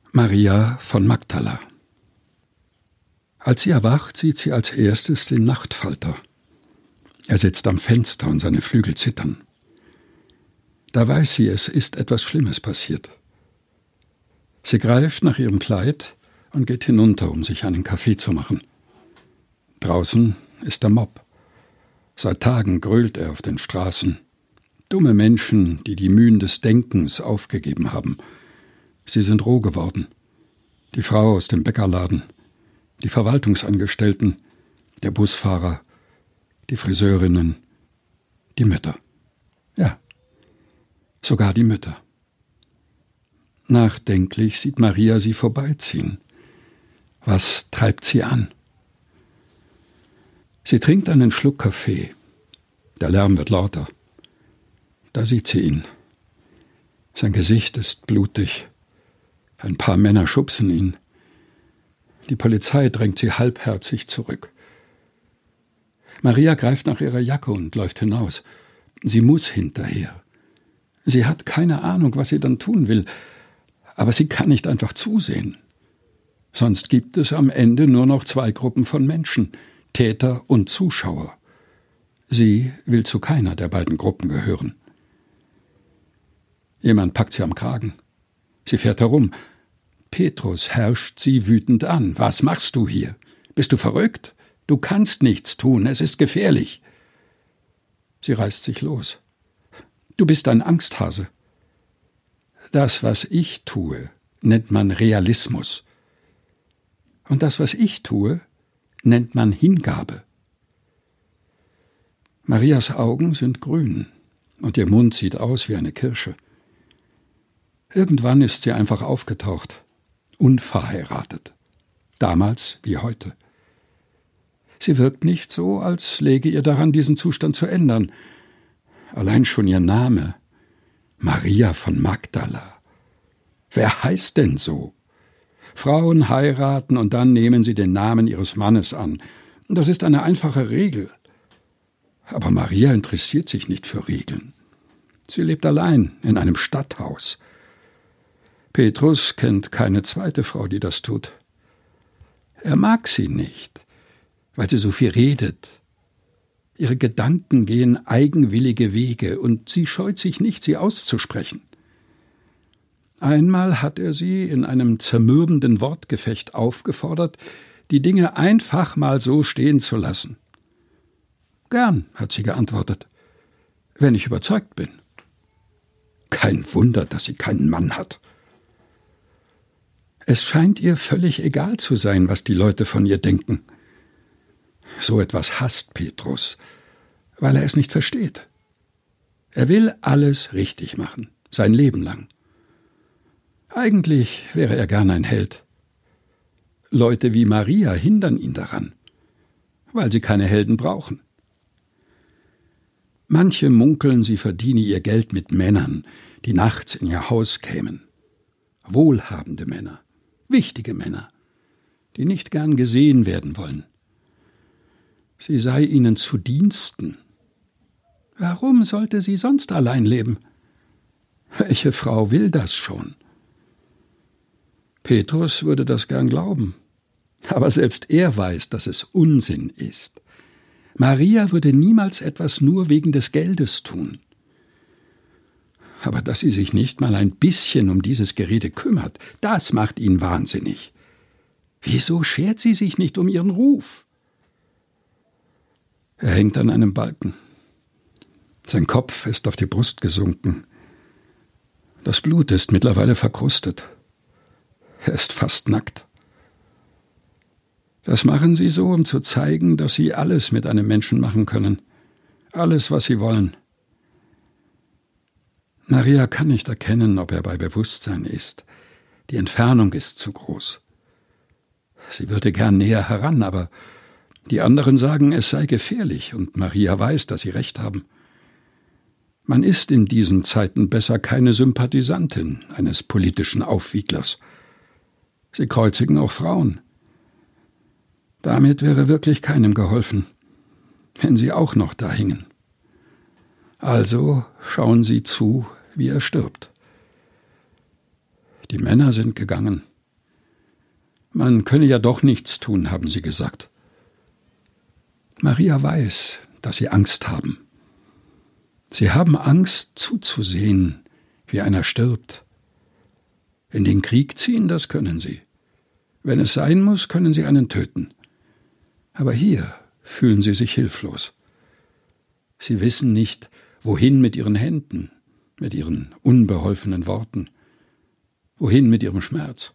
Maria von Magdala. Als sie erwacht, sieht sie als erstes den Nachtfalter. Er sitzt am Fenster und seine Flügel zittern. Da weiß sie, es ist etwas Schlimmes passiert. Sie greift nach ihrem Kleid und geht hinunter, um sich einen Kaffee zu machen. Draußen ist der Mob. Seit Tagen grölt er auf den Straßen. Dumme Menschen, die die Mühen des Denkens aufgegeben haben. Sie sind roh geworden. Die Frau aus dem Bäckerladen, die Verwaltungsangestellten, der Busfahrer, die Friseurinnen, die Mütter. Ja, sogar die Mütter. Nachdenklich sieht Maria sie vorbeiziehen. Was treibt sie an? Sie trinkt einen Schluck Kaffee. Der Lärm wird lauter. Da sieht sie ihn. Sein Gesicht ist blutig. Ein paar Männer schubsen ihn. Die Polizei drängt sie halbherzig zurück. Maria greift nach ihrer Jacke und läuft hinaus. Sie muss hinterher. Sie hat keine Ahnung, was sie dann tun will, aber sie kann nicht einfach zusehen. Sonst gibt es am Ende nur noch 2 Gruppen von Menschen, Täter und Zuschauer. Sie will zu keiner der beiden Gruppen gehören. Jemand packt sie am Kragen. Sie fährt herum. Petrus herrscht sie wütend an. Was machst du hier? Bist du verrückt? Du kannst nichts tun, es ist gefährlich. Sie reißt sich los. Du bist ein Angsthase. Das, was ich tue, nennt man Realismus. Und das, was ich tue, nennt man Hingabe. Marias Augen sind grün und ihr Mund sieht aus wie eine Kirsche. Irgendwann ist sie einfach aufgetaucht, unverheiratet, damals wie heute. Sie wirkt nicht so, als läge ihr daran, diesen Zustand zu ändern. Allein schon ihr Name, Maria von Magdala. Wer heißt denn so? Frauen heiraten und dann nehmen sie den Namen ihres Mannes an. Das ist eine einfache Regel. Aber Maria interessiert sich nicht für Regeln. Sie lebt allein in einem Stadthaus. Petrus kennt keine zweite Frau, die das tut. Er mag sie nicht, weil sie so viel redet. Ihre Gedanken gehen eigenwillige Wege und sie scheut sich nicht, sie auszusprechen. Einmal hat er sie in einem zermürbenden Wortgefecht aufgefordert, die Dinge einfach mal so stehen zu lassen. Gern, hat sie geantwortet, wenn ich überzeugt bin. Kein Wunder, dass sie keinen Mann hat. Es scheint ihr völlig egal zu sein, was die Leute von ihr denken. So etwas hasst Petrus, weil er es nicht versteht. Er will alles richtig machen, sein Leben lang. Eigentlich wäre er gern ein Held. Leute wie Maria hindern ihn daran, weil sie keine Helden brauchen. Manche munkeln, sie verdiene ihr Geld mit Männern, die nachts in ihr Haus kämen. Wohlhabende Männer, wichtige Männer, die nicht gern gesehen werden wollen. Sie sei ihnen zu Diensten. Warum sollte sie sonst allein leben? Welche Frau will das schon? Petrus würde das gern glauben, aber selbst er weiß, dass es Unsinn ist. Maria würde niemals etwas nur wegen des Geldes tun. Aber dass sie sich nicht mal ein bisschen um dieses Gerede kümmert, das macht ihn wahnsinnig. Wieso schert sie sich nicht um ihren Ruf? Er hängt an einem Balken. Sein Kopf ist auf die Brust gesunken. Das Blut ist mittlerweile verkrustet. Er ist fast nackt. Das machen sie so, um zu zeigen, dass sie alles mit einem Menschen machen können. Alles, was sie wollen. Maria kann nicht erkennen, ob er bei Bewusstsein ist. Die Entfernung ist zu groß. Sie würde gern näher heran, aber die anderen sagen, es sei gefährlich, und Maria weiß, dass sie recht haben. Man ist in diesen Zeiten besser keine Sympathisantin eines politischen Aufwieglers. Sie kreuzigen auch Frauen. Damit wäre wirklich keinem geholfen, wenn sie auch noch da hingen. Also schauen sie zu, wie er stirbt. Die Männer sind gegangen, Man könne ja doch nichts tun, haben sie gesagt. Maria weiß, dass sie Angst haben. Sie haben Angst, zuzusehen, wie einer stirbt. In den Krieg ziehen, das können sie. Wenn es sein muss, können sie einen töten. Aber hier fühlen sie sich hilflos. Sie wissen nicht, wohin mit ihren Händen, mit ihren unbeholfenen Worten, wohin mit ihrem Schmerz.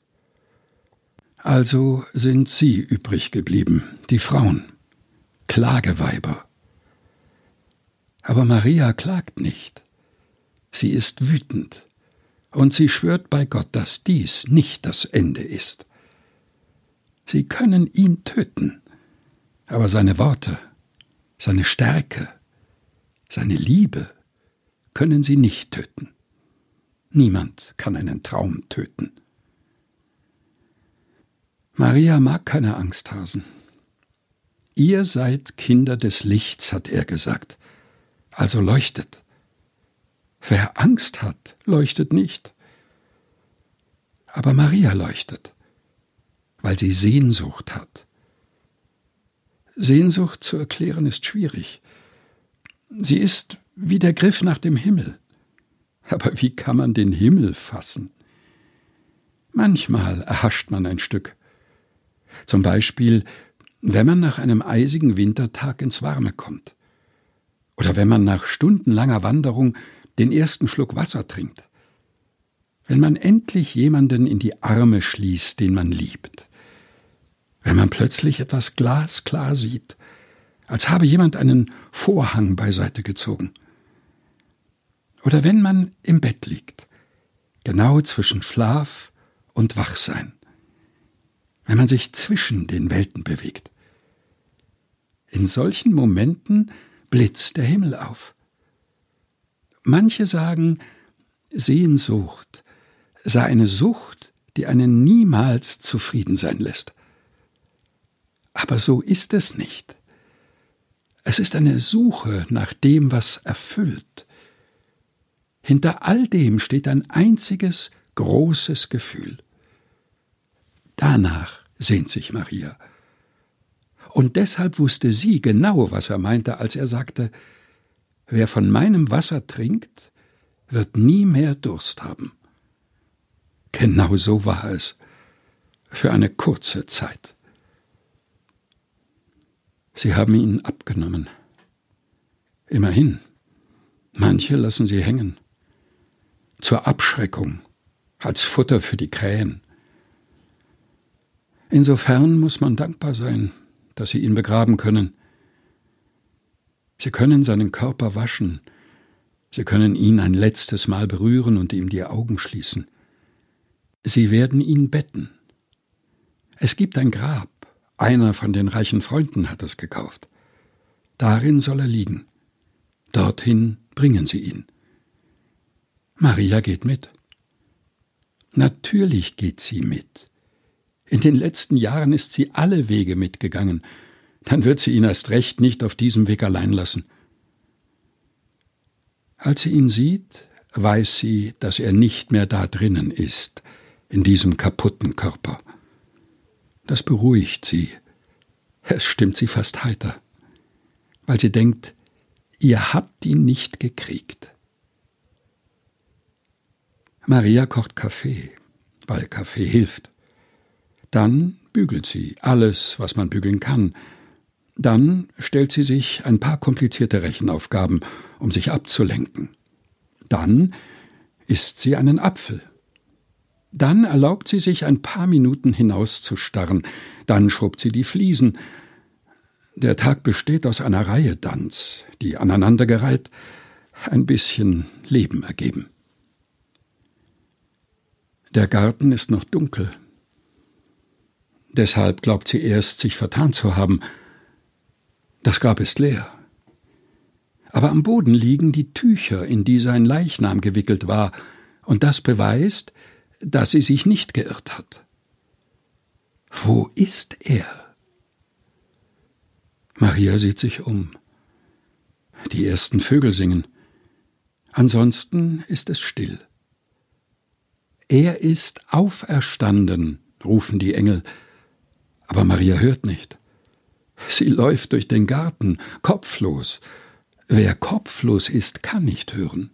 Also sind sie übrig geblieben, die Frauen, Klageweiber. Aber Maria klagt nicht. Sie ist wütend und sie schwört bei Gott, dass dies nicht das Ende ist. Sie können ihn töten, aber seine Worte, seine Stärke, seine Liebe können sie nicht töten. Niemand kann einen Traum töten. Maria mag keine Angsthasen. Ihr seid Kinder des Lichts, hat er gesagt, also leuchtet. Wer Angst hat, leuchtet nicht. Aber Maria leuchtet, weil sie Sehnsucht hat. Sehnsucht zu erklären ist schwierig. Sie ist wie der Griff nach dem Himmel. Aber wie kann man den Himmel fassen? Manchmal erhascht man ein Stück. Zum Beispiel, wenn man nach einem eisigen Wintertag ins Warme kommt. Oder wenn man nach stundenlanger Wanderung den ersten Schluck Wasser trinkt. Wenn man endlich jemanden in die Arme schließt, den man liebt. Wenn man plötzlich etwas glasklar sieht, als habe jemand einen Vorhang beiseite gezogen. Oder wenn man im Bett liegt, genau zwischen Schlaf und Wachsein. Wenn man sich zwischen den Welten bewegt. In solchen Momenten blitzt der Himmel auf. Manche sagen, Sehnsucht sei eine Sucht, die einen niemals zufrieden sein lässt. Aber so ist es nicht. Es ist eine Suche nach dem, was erfüllt. Hinter all dem steht ein einziges, großes Gefühl. Danach sehnt sich Maria. Und deshalb wusste sie genau, was er meinte, als er sagte, wer von meinem Wasser trinkt, wird nie mehr Durst haben. Genau so war es, für eine kurze Zeit. Sie haben ihn abgenommen. Immerhin, manche lassen sie hängen. Zur Abschreckung, als Futter für die Krähen. Insofern muss man dankbar sein, dass sie ihn begraben können. Sie können seinen Körper waschen, sie können ihn ein letztes Mal berühren und ihm die Augen schließen. Sie werden ihn betten. Es gibt ein Grab, einer von den reichen Freunden hat es gekauft. Darin soll er liegen. Dorthin bringen sie ihn. Maria geht mit. Natürlich geht sie mit. In den letzten Jahren ist sie alle Wege mitgegangen. Dann wird sie ihn erst recht nicht auf diesem Weg allein lassen. Als sie ihn sieht, weiß sie, dass er nicht mehr da drinnen ist, in diesem kaputten Körper. Das beruhigt sie. Es stimmt sie fast heiter, weil sie denkt, ihr habt ihn nicht gekriegt. Maria kocht Kaffee, weil Kaffee hilft. Dann bügelt sie alles, was man bügeln kann. Dann stellt sie sich ein paar komplizierte Rechenaufgaben, um sich abzulenken. Dann isst sie einen Apfel. Dann erlaubt sie sich ein paar Minuten hinauszustarren. Dann schrubbt sie die Fliesen. Der Tag besteht aus einer Reihe Danz, die aneinandergereiht ein bisschen Leben ergeben. Der Garten ist noch dunkel. Deshalb glaubt sie erst, sich vertan zu haben. Das Grab ist leer. Aber am Boden liegen die Tücher, in die sein Leichnam gewickelt war, und das beweist, dass sie sich nicht geirrt hat. Wo ist er? Maria sieht sich um. Die ersten Vögel singen. Ansonsten ist es still. Er ist auferstanden rufen die Engel, aber Maria hört nicht. Sie läuft durch den Garten, kopflos. Wer kopflos ist, kann nicht hören.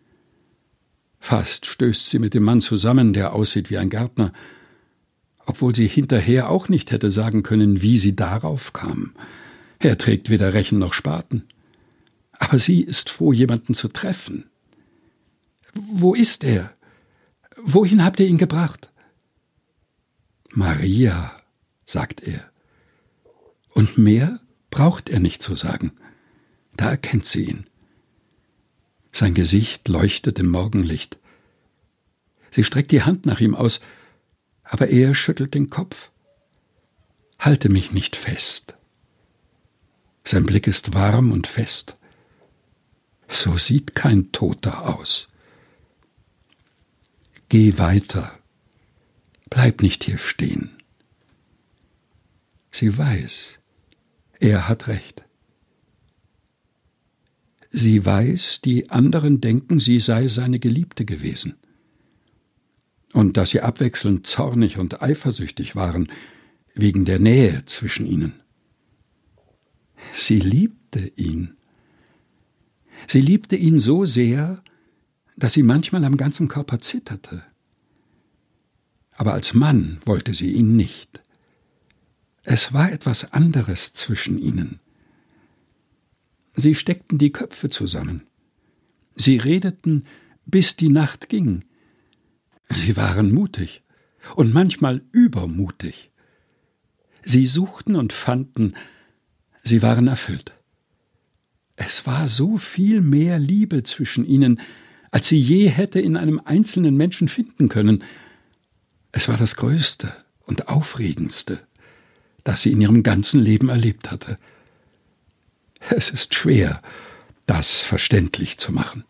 Fast stößt sie mit dem Mann zusammen, der aussieht wie ein Gärtner, obwohl sie hinterher auch nicht hätte sagen können, wie sie darauf kam. Er trägt weder Rechen noch Spaten. Aber sie ist froh, jemanden zu treffen. »Wo ist er? Wohin habt ihr ihn gebracht?« »Maria«, sagt er. Und mehr braucht er nicht zu sagen. Da erkennt sie ihn. Sein Gesicht leuchtet im Morgenlicht. Sie streckt die Hand nach ihm aus, aber er schüttelt den Kopf. »Halte mich nicht fest.« Sein Blick ist warm und fest. So sieht kein Toter aus. »Geh weiter. Bleib nicht hier stehen.« Sie weiß, er hat recht. Sie weiß, die anderen denken, sie sei seine Geliebte gewesen. Und dass sie abwechselnd zornig und eifersüchtig waren, wegen der Nähe zwischen ihnen. Sie liebte ihn. Sie liebte ihn so sehr, dass sie manchmal am ganzen Körper zitterte. Aber als Mann wollte sie ihn nicht. Es war etwas anderes zwischen ihnen. Sie steckten die Köpfe zusammen. Sie redeten, bis die Nacht ging. Sie waren mutig und manchmal übermutig. Sie suchten und fanden, sie waren erfüllt. Es war so viel mehr Liebe zwischen ihnen, als sie je hätte in einem einzelnen Menschen finden können. Es war das Größte und Aufregendste, das sie in ihrem ganzen Leben erlebt hatte. Es ist schwer, das verständlich zu machen.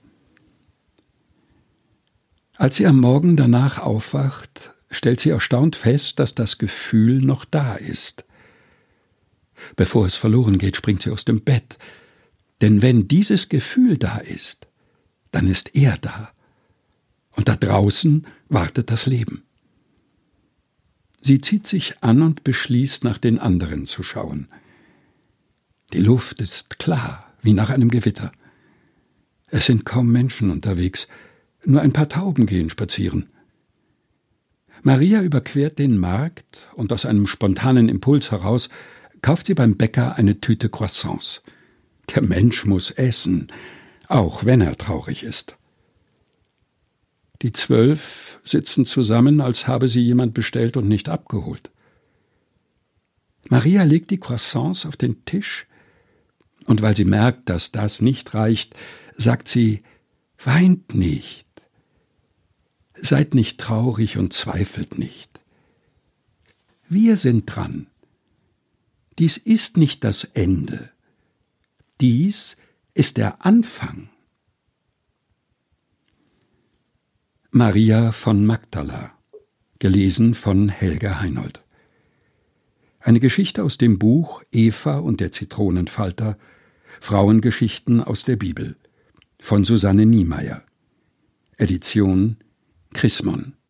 Als sie am Morgen danach aufwacht, stellt sie erstaunt fest, dass das Gefühl noch da ist. Bevor es verloren geht, springt sie aus dem Bett. Denn wenn dieses Gefühl da ist, dann ist er da. Und da draußen wartet das Leben. Sie zieht sich an und beschließt, nach den anderen zu schauen. Die Luft ist klar, wie nach einem Gewitter. Es sind kaum Menschen unterwegs, nur ein paar Tauben gehen spazieren. Maria überquert den Markt und aus einem spontanen Impuls heraus kauft sie beim Bäcker eine Tüte Croissants. Der Mensch muss essen, auch wenn er traurig ist. Die 12 sitzen zusammen, als habe sie jemand bestellt und nicht abgeholt. Maria legt die Croissants auf den Tisch, und weil sie merkt, dass das nicht reicht, sagt sie: »Weint nicht. Seid nicht traurig und zweifelt nicht. Wir sind dran. Dies ist nicht das Ende. Dies ist der Anfang.« Maria von Magdala, gelesen von Helga Heinold. Eine Geschichte aus dem Buch Eva und der Zitronenfalter, Frauengeschichten aus der Bibel, von Susanne Niemeyer. Edition Chrismon.